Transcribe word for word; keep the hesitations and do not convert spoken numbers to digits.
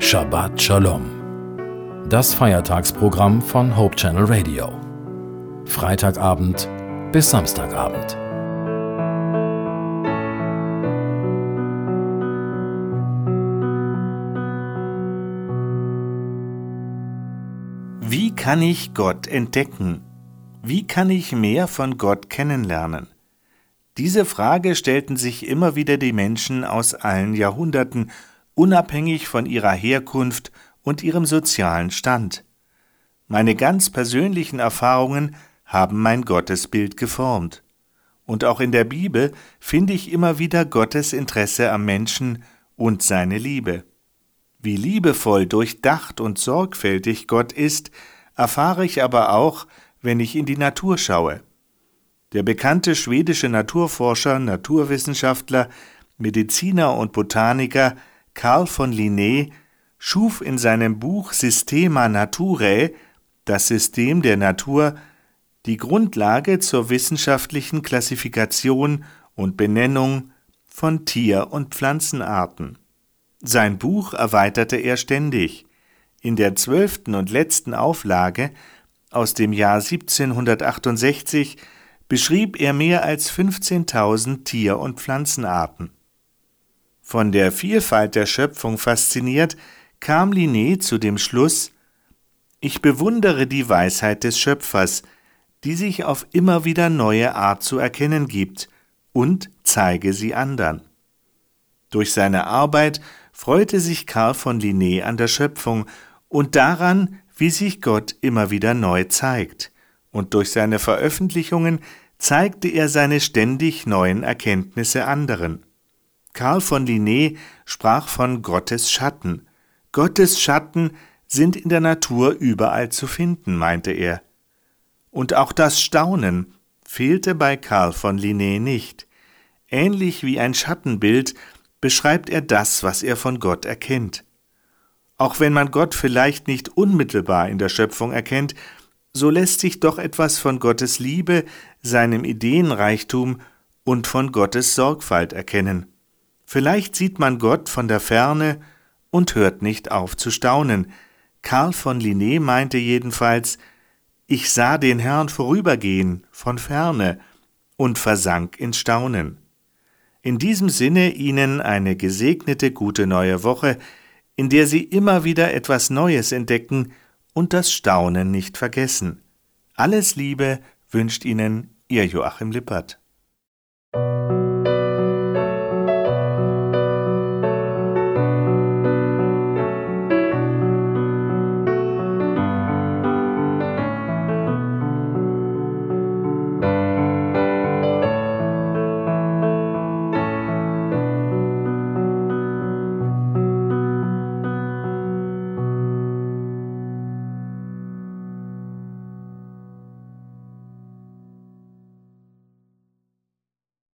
Shabbat Shalom. Das Feiertagsprogramm von Hope Channel Radio. Freitagabend bis Samstagabend. Wie kann ich Gott entdecken? Wie kann ich mehr von Gott kennenlernen? Diese Frage stellten sich immer wieder die Menschen aus allen Jahrhunderten, unabhängig von ihrer Herkunft und ihrem sozialen Stand. Meine ganz persönlichen Erfahrungen haben mein Gottesbild geformt. Und auch in der Bibel finde ich immer wieder Gottes Interesse am Menschen und seine Liebe. Wie liebevoll, durchdacht und sorgfältig Gott ist, erfahre ich aber auch, wenn ich in die Natur schaue. Der bekannte schwedische Naturforscher, Naturwissenschaftler, Mediziner und Botaniker Carl von Linné schuf in seinem Buch Systema Naturae, das System der Natur, die Grundlage zur wissenschaftlichen Klassifikation und Benennung von Tier- und Pflanzenarten. Sein Buch erweiterte er ständig. In der zwölften und letzten Auflage aus dem Jahr siebzehnhundertachtundsechzig beschrieb er mehr als fünfzehntausend Tier- und Pflanzenarten. Von der Vielfalt der Schöpfung fasziniert, kam Linné zu dem Schluss: Ich bewundere die Weisheit des Schöpfers, die sich auf immer wieder neue Art zu erkennen gibt, und zeige sie andern. Durch seine Arbeit freute sich Carl von Linné an der Schöpfung und daran, wie sich Gott immer wieder neu zeigt. Und durch seine Veröffentlichungen zeigte er seine ständig neuen Erkenntnisse anderen. Carl von Linné sprach von Gottes Schatten. Gottes Schatten sind in der Natur überall zu finden, meinte er. Und auch das Staunen fehlte bei Carl von Linné nicht. Ähnlich wie ein Schattenbild beschreibt er das, was er von Gott erkennt. Auch wenn man Gott vielleicht nicht unmittelbar in der Schöpfung erkennt, so lässt sich doch etwas von Gottes Liebe, seinem Ideenreichtum und von Gottes Sorgfalt erkennen. Vielleicht sieht man Gott von der Ferne und hört nicht auf zu staunen. Carl von Linné meinte jedenfalls: Ich sah den Herrn vorübergehen, von ferne, und versank in Staunen. In diesem Sinne Ihnen eine gesegnete gute neue Woche, in der Sie immer wieder etwas Neues entdecken und das Staunen nicht vergessen. Alles Liebe wünscht Ihnen Ihr Joachim Lippert.